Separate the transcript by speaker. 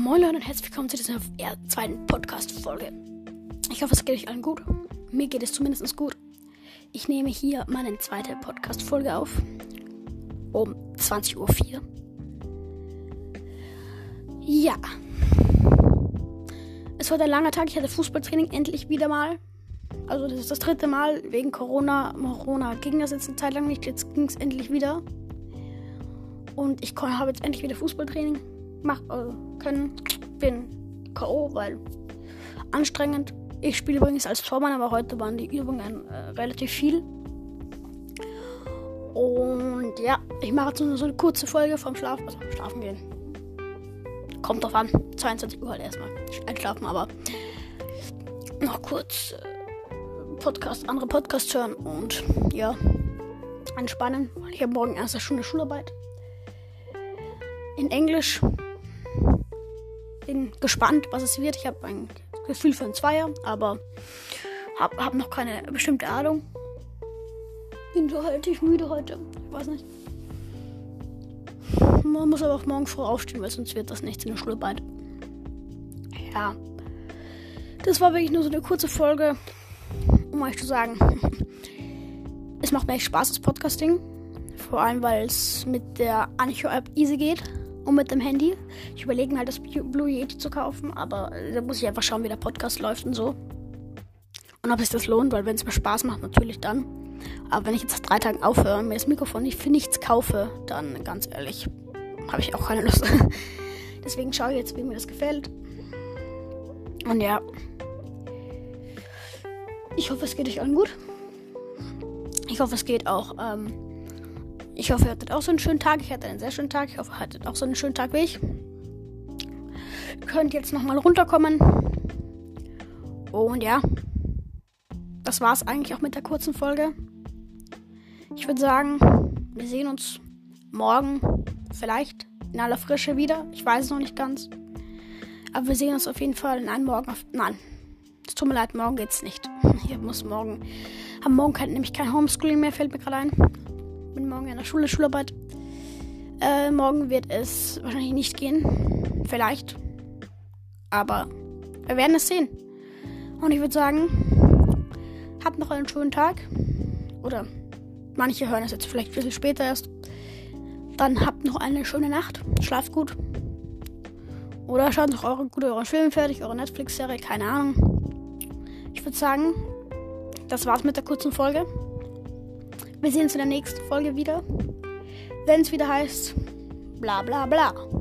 Speaker 1: Moin Leute und herzlich willkommen zu dieser zweiten Podcast-Folge. Ich hoffe, es geht euch allen gut. Mir geht es zumindest gut. Ich nehme hier meine zweite Podcast-Folge auf. Um 20.04 Uhr. Ja. Es war ein langer Tag. Ich hatte Fußballtraining endlich wieder mal. Also das ist das dritte Mal. Wegen Corona ging das jetzt eine Zeit lang nicht. Jetzt ging es endlich wieder. Und ich habe jetzt endlich wieder Fußballtraining können. Bin K.O., weil anstrengend. Ich spiele übrigens als Tormann, aber heute waren die Übungen relativ viel. Und ja, ich mache jetzt nur so eine kurze Folge vom Schlafen gehen. Kommt drauf an, 22 Uhr halt erstmal einschlafen, aber noch kurz andere Podcasts hören und ja, entspannen. Ich habe morgen erste Stunde Schularbeit in Englisch. Bin gespannt, was es wird. Ich habe ein Gefühl für einen Zweier, aber hab noch keine bestimmte Ahnung. Bin so relativ müde heute. Ich weiß nicht. Man muss aber auch morgen früh aufstehen, weil sonst wird das nichts in der Schularbeit. Ja. Das war wirklich nur so eine kurze Folge, um euch zu sagen, es macht mir echt Spaß, das Podcasting. Vor allem, weil es mit der Anchor-App easy geht. Und mit dem Handy. Ich überlege halt, das Blue Yeti zu kaufen, aber da muss ich einfach schauen, wie der Podcast läuft und so. Und ob sich das lohnt, weil wenn es mir Spaß macht, natürlich dann. Aber wenn ich jetzt nach 3 Tagen aufhöre und mir das Mikrofon nicht für nichts kaufe, dann ganz ehrlich, habe ich auch keine Lust. Deswegen schaue ich jetzt, wie mir das gefällt. Und ja. Ich hoffe, es geht euch allen gut. Ich hoffe, es geht auch, ich hoffe, ihr hattet auch so einen schönen Tag. Ich hatte einen sehr schönen Tag. Ich hoffe, ihr hattet auch so einen schönen Tag wie ich. Ihr könnt jetzt nochmal runterkommen. Und ja, das war's eigentlich auch mit der kurzen Folge. Ich würde sagen, wir sehen uns morgen vielleicht in aller Frische wieder. Ich weiß es noch nicht ganz. Aber wir sehen uns auf jeden Fall in einem Morgen. Nein, es tut mir leid, morgen geht's nicht. Am Morgen nämlich kein Homeschooling mehr, fällt mir gerade ein. Bin morgen in der Schularbeit. Morgen wird es wahrscheinlich nicht gehen. Vielleicht. Aber wir werden es sehen. Und ich würde sagen, habt noch einen schönen Tag. Oder manche hören es jetzt vielleicht ein bisschen später erst. Dann habt noch eine schöne Nacht. Schlaft gut. Oder schaut noch euren Film fertig, eure Netflix-Serie, keine Ahnung. Ich würde sagen, das war's mit der kurzen Folge. Wir sehen uns in der nächsten Folge wieder, wenn es wieder heißt, bla bla bla.